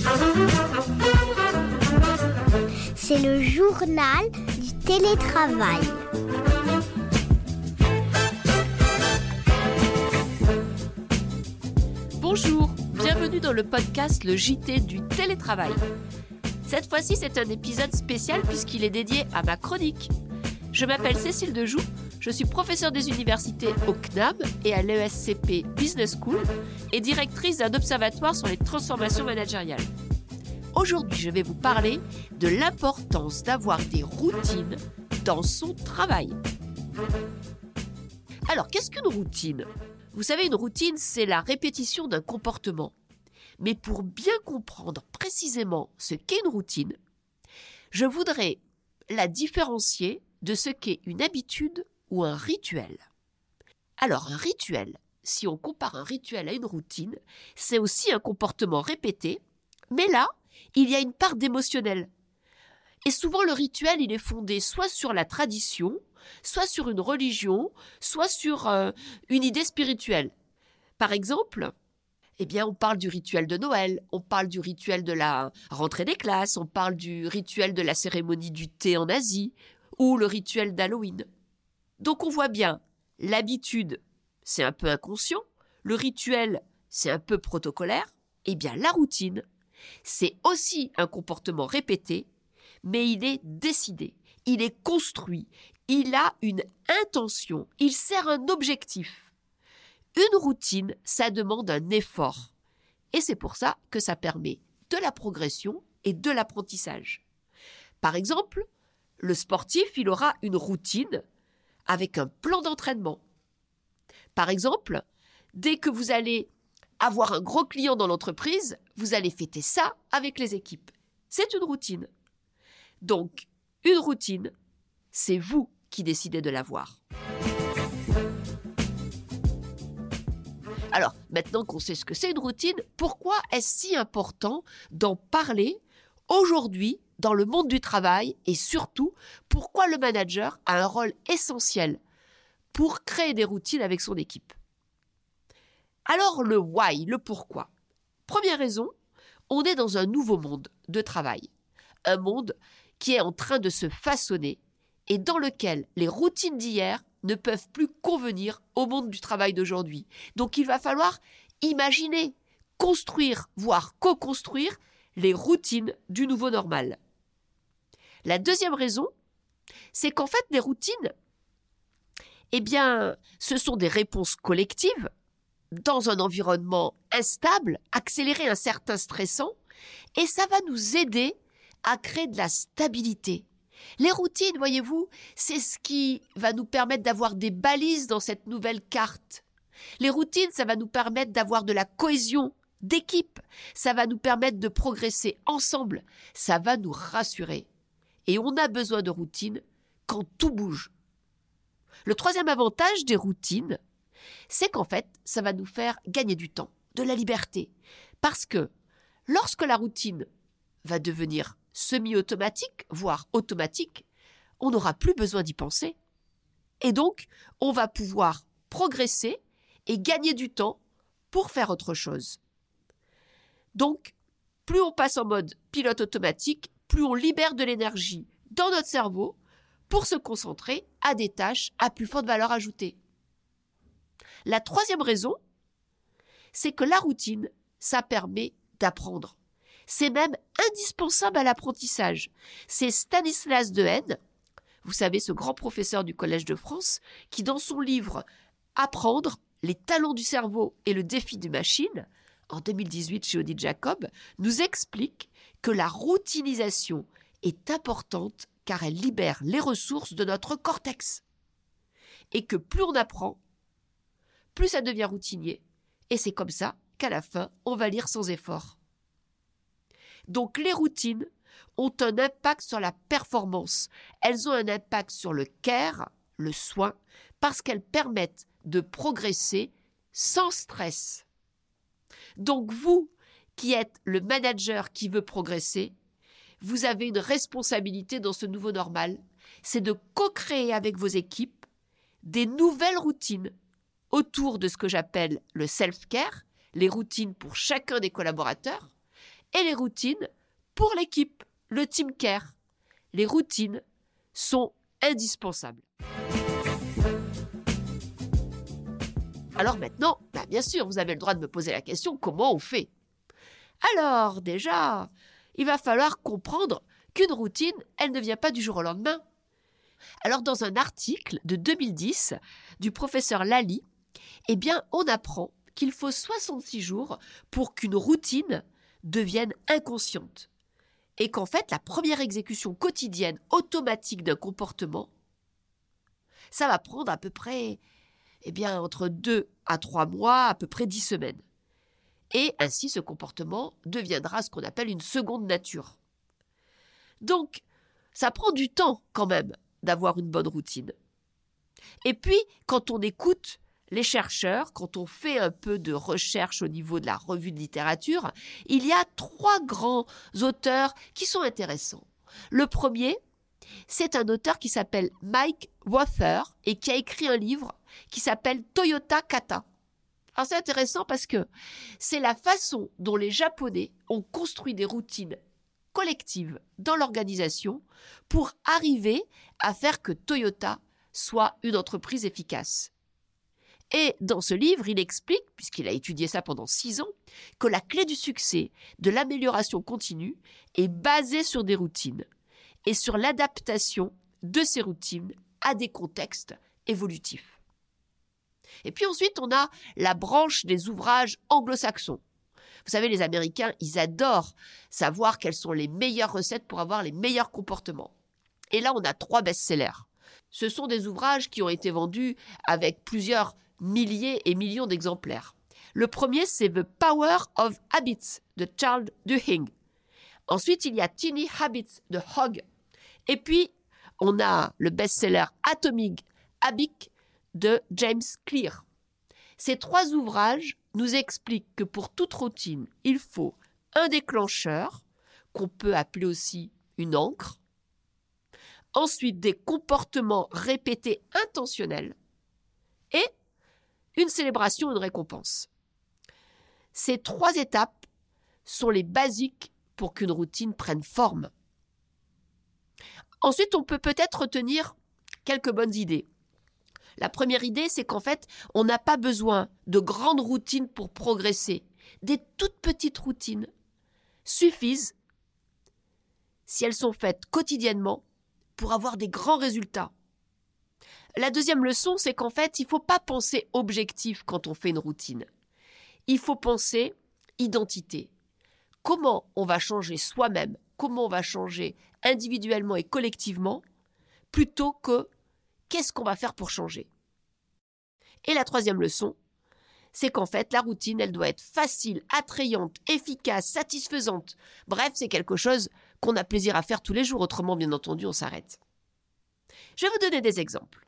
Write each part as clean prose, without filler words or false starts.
C'est le journal du télétravail. Bonjour, bienvenue dans le podcast Le JT du télétravail. Cette fois-ci, c'est un épisode spécial puisqu'il est dédié à ma chronique. Je m'appelle Cécile Dejoux, je suis professeure des universités au CNAM et à l'ESCP Business School et directrice d'un observatoire sur les transformations managériales. Aujourd'hui, je vais vous parler de l'importance d'avoir des routines dans son travail. Alors, qu'est-ce qu'une routine ? Vous savez, une routine, c'est la répétition d'un comportement. Mais pour bien comprendre précisément ce qu'est une routine, je voudrais la différencier de ce qu'est une habitude ou un rituel. Alors, un rituel, si on compare un rituel à une routine, c'est aussi un comportement répété, mais là, il y a une part d'émotionnel. Et souvent, le rituel, il est fondé soit sur la tradition, soit sur une religion, soit sur une idée spirituelle. Par exemple, on parle du rituel de Noël, on parle du rituel de la rentrée des classes, on parle du rituel de la cérémonie du thé en Asie, ou le rituel d'Halloween. Donc on voit bien, l'habitude, c'est un peu inconscient, le rituel, c'est un peu protocolaire, la routine, c'est aussi un comportement répété, mais il est décidé, il est construit, il a une intention, il sert un objectif. Une routine, ça demande un effort. Et c'est pour ça que ça permet de la progression et de l'apprentissage. Par exemple, le sportif, il aura une routine avec un plan d'entraînement. Par exemple, dès que vous allez avoir un gros client dans l'entreprise, vous allez fêter ça avec les équipes. C'est une routine. Donc, une routine, c'est vous qui décidez de l'avoir. Alors, maintenant qu'on sait ce que c'est une routine, pourquoi est-ce si important d'en parler aujourd'hui dans le monde du travail et surtout, pourquoi le manager a un rôle essentiel pour créer des routines avec son équipe ? Alors, le why, le pourquoi. Première raison, on est dans un nouveau monde de travail. Un monde qui est en train de se façonner et dans lequel les routines d'hier ne peuvent plus convenir au monde du travail d'aujourd'hui. Donc il va falloir imaginer, construire, voire co-construire les routines du nouveau normal. La deuxième raison, c'est qu'en fait les routines, ce sont des réponses collectives dans un environnement instable, accélérer un certain stressant, et ça va nous aider à créer de la stabilité. Les routines, voyez-vous, c'est ce qui va nous permettre d'avoir des balises dans cette nouvelle carte. Les routines, ça va nous permettre d'avoir de la cohésion d'équipe. Ça va nous permettre de progresser ensemble. Ça va nous rassurer. Et on a besoin de routines quand tout bouge. Le troisième avantage des routines, c'est qu'en fait, ça va nous faire gagner du temps, de la liberté. Parce que lorsque la routine va devenir semi-automatique, voire automatique, on n'aura plus besoin d'y penser. Et donc, on va pouvoir progresser et gagner du temps pour faire autre chose. Donc, plus on passe en mode pilote automatique, plus on libère de l'énergie dans notre cerveau pour se concentrer à des tâches à plus forte valeur ajoutée. La troisième raison, c'est que la routine, ça permet d'apprendre. C'est même indispensable à l'apprentissage. C'est Stanislas Dehaene, vous savez, ce grand professeur du Collège de France, qui dans son livre « Apprendre, les talents du cerveau et le défi des machines », en 2018 chez Odile Jacob, nous explique que la routinisation est importante car elle libère les ressources de notre cortex. Et que plus on apprend, plus ça devient routinier. Et c'est comme ça qu'à la fin, on va lire sans effort. Donc les routines ont un impact sur la performance. Elles ont un impact sur le care, le soin, parce qu'elles permettent de progresser sans stress. Donc vous, qui êtes le manager qui veut progresser, vous avez une responsabilité dans ce nouveau normal, c'est de co-créer avec vos équipes des nouvelles routines autour de ce que j'appelle le self-care, les routines pour chacun des collaborateurs, et les routines pour l'équipe, le team care. Les routines sont indispensables. Alors maintenant, bien sûr, vous avez le droit de me poser la question, comment on fait? Alors déjà, il va falloir comprendre qu'une routine, elle ne vient pas du jour au lendemain. Alors dans un article de 2010 du professeur Lally, on apprend qu'il faut 66 jours pour qu'une routine devienne inconsciente. Et qu'en fait, la première exécution quotidienne automatique d'un comportement, ça va prendre à peu près entre 2 à 3 mois, à peu près 10 semaines. Et ainsi, ce comportement deviendra ce qu'on appelle une seconde nature. Donc, ça prend du temps quand même d'avoir une bonne routine. Et puis, quand on écoute les chercheurs, quand on fait un peu de recherche au niveau de la revue de littérature, il y a 3 grands auteurs qui sont intéressants. Le premier, c'est un auteur qui s'appelle Mike Wather et qui a écrit un livre qui s'appelle Toyota Kata. Alors c'est intéressant parce que c'est la façon dont les Japonais ont construit des routines collectives dans l'organisation pour arriver à faire que Toyota soit une entreprise efficace. Et dans ce livre, il explique, puisqu'il a étudié ça pendant 6 ans, que la clé du succès de l'amélioration continue est basée sur des routines et sur l'adaptation de ces routines à des contextes évolutifs. Et puis ensuite, on a la branche des ouvrages anglo-saxons. Vous savez, les Américains, ils adorent savoir quelles sont les meilleures recettes pour avoir les meilleurs comportements. Et là, on a 3 best-sellers. Ce sont des ouvrages qui ont été vendus avec plusieurs milliers et millions d'exemplaires. Le premier, c'est The Power of Habits de Charles Duhigg. Ensuite, il y a Tiny Habits de Hogg. Et puis, on a le best-seller Atomic Habits de James Clear. Ces 3 ouvrages nous expliquent que pour toute routine, il faut un déclencheur, qu'on peut appeler aussi une ancre, ensuite des comportements répétés intentionnels et une célébration, une récompense. Ces 3 étapes sont les basiques pour qu'une routine prenne forme. Ensuite, on peut peut-être retenir quelques bonnes idées. La première idée, c'est qu'en fait, on n'a pas besoin de grandes routines pour progresser. Des toutes petites routines suffisent, si elles sont faites quotidiennement, pour avoir des grands résultats. La deuxième leçon, c'est qu'en fait, il ne faut pas penser objectif quand on fait une routine. Il faut penser identité. Comment on va changer soi-même, comment on va changer individuellement et collectivement, plutôt que qu'est-ce qu'on va faire pour changer. Et la troisième leçon, c'est qu'en fait, la routine, elle doit être facile, attrayante, efficace, satisfaisante. Bref, c'est quelque chose qu'on a plaisir à faire tous les jours. Autrement, bien entendu, on s'arrête. Je vais vous donner des exemples.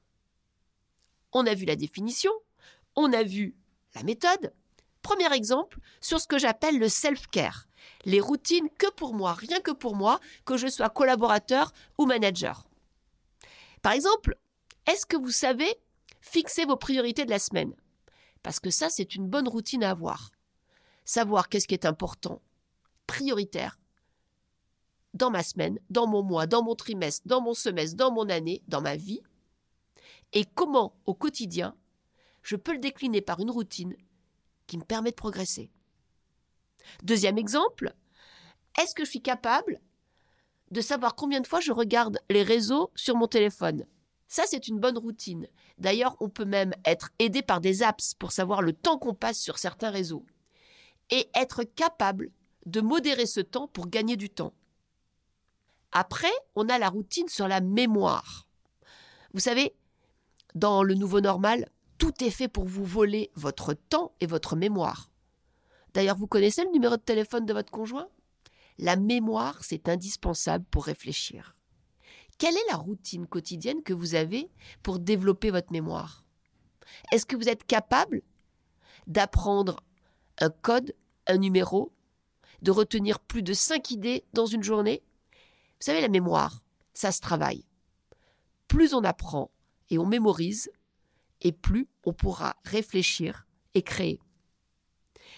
On a vu la définition, on a vu la méthode. Premier exemple sur ce que j'appelle le self-care. Les routines que pour moi, rien que pour moi, que je sois collaborateur ou manager. Par exemple, est-ce que vous savez fixer vos priorités de la semaine? Parce que ça, c'est une bonne routine à avoir. Savoir qu'est-ce qui est important, prioritaire, dans ma semaine, dans mon mois, dans mon trimestre, dans mon semestre, dans mon année, dans ma vie, et comment, au quotidien, je peux le décliner par une routine qui me permet de progresser. Deuxième exemple, est-ce que je suis capable de savoir combien de fois je regarde les réseaux sur mon téléphone? Ça, c'est une bonne routine. D'ailleurs, on peut même être aidé par des apps pour savoir le temps qu'on passe sur certains réseaux et être capable de modérer ce temps pour gagner du temps. Après, on a la routine sur la mémoire. Vous savez, dans le nouveau normal, tout est fait pour vous voler votre temps et votre mémoire. D'ailleurs, vous connaissez le numéro de téléphone de votre conjoint? La mémoire, c'est indispensable pour réfléchir. Quelle est la routine quotidienne que vous avez pour développer votre mémoire? Est-ce que vous êtes capable d'apprendre un code, un numéro, de retenir plus de 5 idées dans une journée? Vous savez, la mémoire, ça se travaille. Plus on apprend et on mémorise, et plus on pourra réfléchir et créer.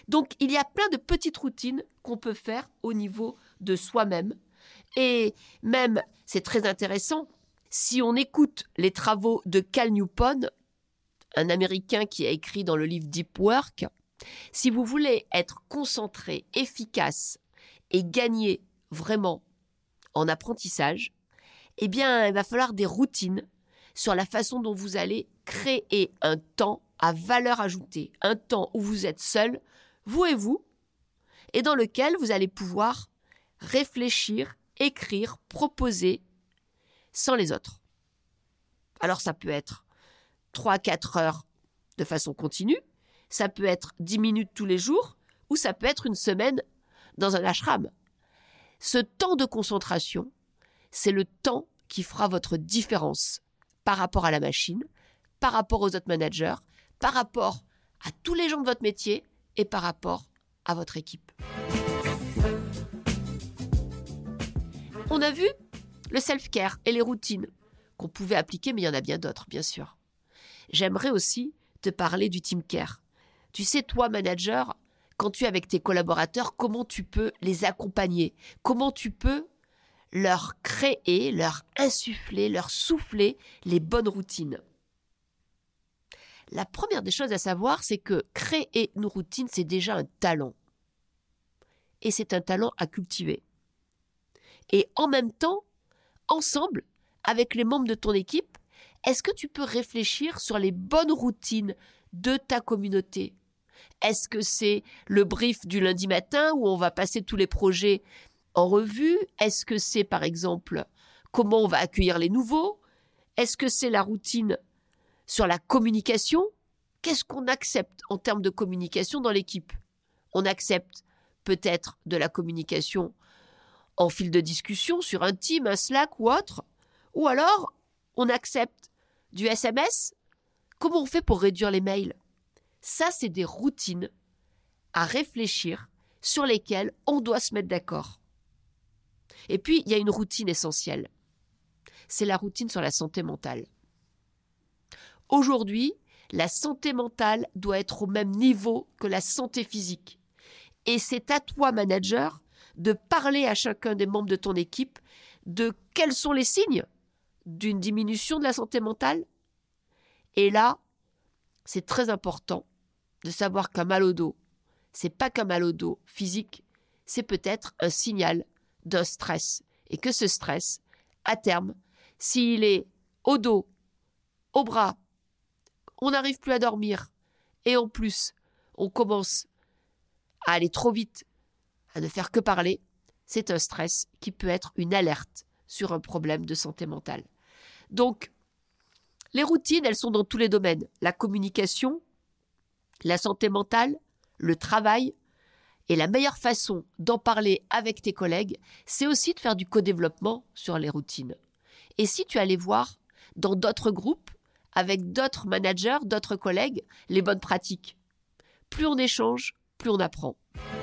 Donc, il y a plein de petites routines qu'on peut faire au niveau de soi-même. Et même, c'est très intéressant, si on écoute les travaux de Cal Newport, un Américain qui a écrit dans le livre Deep Work, si vous voulez être concentré, efficace et gagner vraiment en apprentissage, eh bien, il va falloir des routines sur la façon dont vous allez créer un temps à valeur ajoutée, un temps où vous êtes seul, vous et vous, et dans lequel vous allez pouvoir réfléchir, écrire, proposer sans les autres. Alors ça peut être 3-4 heures de façon continue, ça peut être 10 minutes tous les jours, ou ça peut être une semaine dans un ashram. Ce temps de concentration, c'est le temps qui fera votre différence par rapport à la machine, par rapport aux autres managers, par rapport à tous les gens de votre métier et par rapport à votre équipe. On a vu le self-care et les routines qu'on pouvait appliquer, mais il y en a bien d'autres, bien sûr. J'aimerais aussi te parler du team care. Tu sais, toi, manager, quand tu es avec tes collaborateurs, comment tu peux les accompagner? Comment tu peux leur créer, leur insuffler, leur souffler les bonnes routines? La première des choses à savoir, c'est que créer une routine, c'est déjà un talent. Et c'est un talent à cultiver. Et en même temps, ensemble, avec les membres de ton équipe, est-ce que tu peux réfléchir sur les bonnes routines de ta communauté? Est-ce que c'est le brief du lundi matin où on va passer tous les projets en revue? Est-ce que c'est, par exemple, comment on va accueillir les nouveaux? Est-ce que c'est la routine sur la communication? Qu'est-ce qu'on accepte en termes de communication dans l'équipe? On accepte peut-être de la communication en fil de discussion sur un Team, un Slack ou autre. Ou alors, on accepte du SMS. Comment on fait pour réduire les mails? Ça, c'est des routines à réfléchir sur lesquelles on doit se mettre d'accord. Et puis, il y a une routine essentielle. C'est la routine sur la santé mentale. Aujourd'hui, la santé mentale doit être au même niveau que la santé physique. Et c'est à toi, manager, de parler à chacun des membres de ton équipe de quels sont les signes d'une diminution de la santé mentale. Et là, c'est très important de savoir qu'un mal au dos, c'est pas qu'un mal au dos physique, c'est peut-être un signal d'un stress. Et que ce stress, à terme, s'il est au dos, au bras, on n'arrive plus à dormir, et en plus, on commence à aller trop vite, à ne faire que parler, c'est un stress qui peut être une alerte sur un problème de santé mentale. Donc, les routines, elles sont dans tous les domaines. La communication, la santé mentale, le travail. Et la meilleure façon d'en parler avec tes collègues, c'est aussi de faire du co-développement sur les routines. Et si tu allais voir dans d'autres groupes, avec d'autres managers, d'autres collègues, les bonnes pratiques. Plus on échange, plus on apprend.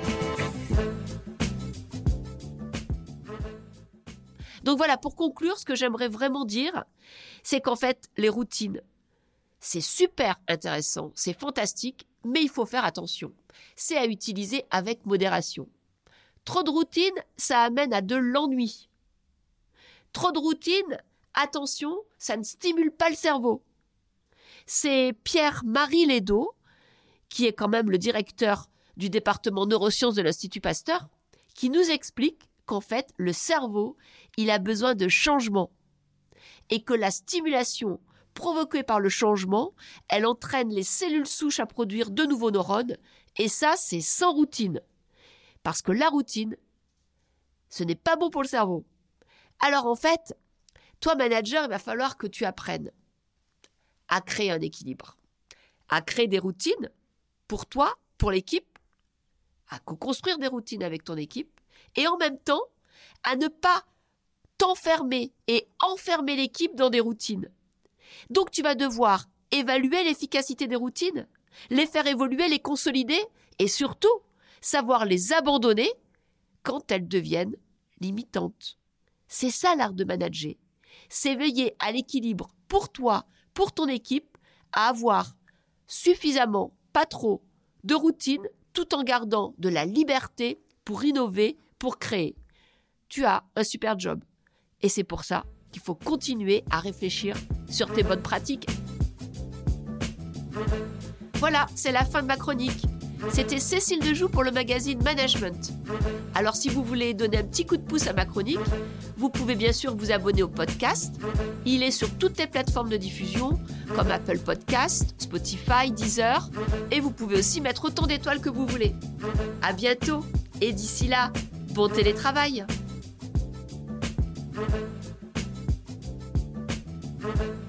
Donc voilà, pour conclure, ce que j'aimerais vraiment dire, c'est qu'en fait, les routines, c'est super intéressant, c'est fantastique, mais il faut faire attention. C'est à utiliser avec modération. Trop de routines, ça amène à de l'ennui. Trop de routines, attention, ça ne stimule pas le cerveau. C'est Pierre-Marie Lédo, qui est quand même le directeur du département neurosciences de l'Institut Pasteur, qui nous explique qu'en fait, le cerveau, il a besoin de changement et que la stimulation provoquée par le changement, elle entraîne les cellules souches à produire de nouveaux neurones et ça, c'est sans routine. Parce que la routine, ce n'est pas bon pour le cerveau. Alors en fait, toi manager, il va falloir que tu apprennes à créer un équilibre, à créer des routines pour toi, pour l'équipe, à co-construire des routines avec ton équipe et en même temps, à ne pas t'enfermer et enfermer l'équipe dans des routines. Donc, tu vas devoir évaluer l'efficacité des routines, les faire évoluer, les consolider et surtout, savoir les abandonner quand elles deviennent limitantes. C'est ça l'art de manager. C'est veiller à l'équilibre pour toi, pour ton équipe, à avoir suffisamment, pas trop, de routines tout en gardant de la liberté pour innover, pour créer. Tu as un super job. Et c'est pour ça qu'il faut continuer à réfléchir sur tes bonnes pratiques. Voilà, c'est la fin de ma chronique. C'était Cécile Dejoux pour le magazine Management. Alors si vous voulez donner un petit coup de pouce à ma chronique, vous pouvez bien sûr vous abonner au podcast. Il est sur toutes les plateformes de diffusion, comme Apple Podcast, Spotify, Deezer. Et vous pouvez aussi mettre autant d'étoiles que vous voulez. À bientôt et d'ici là, bon télétravail.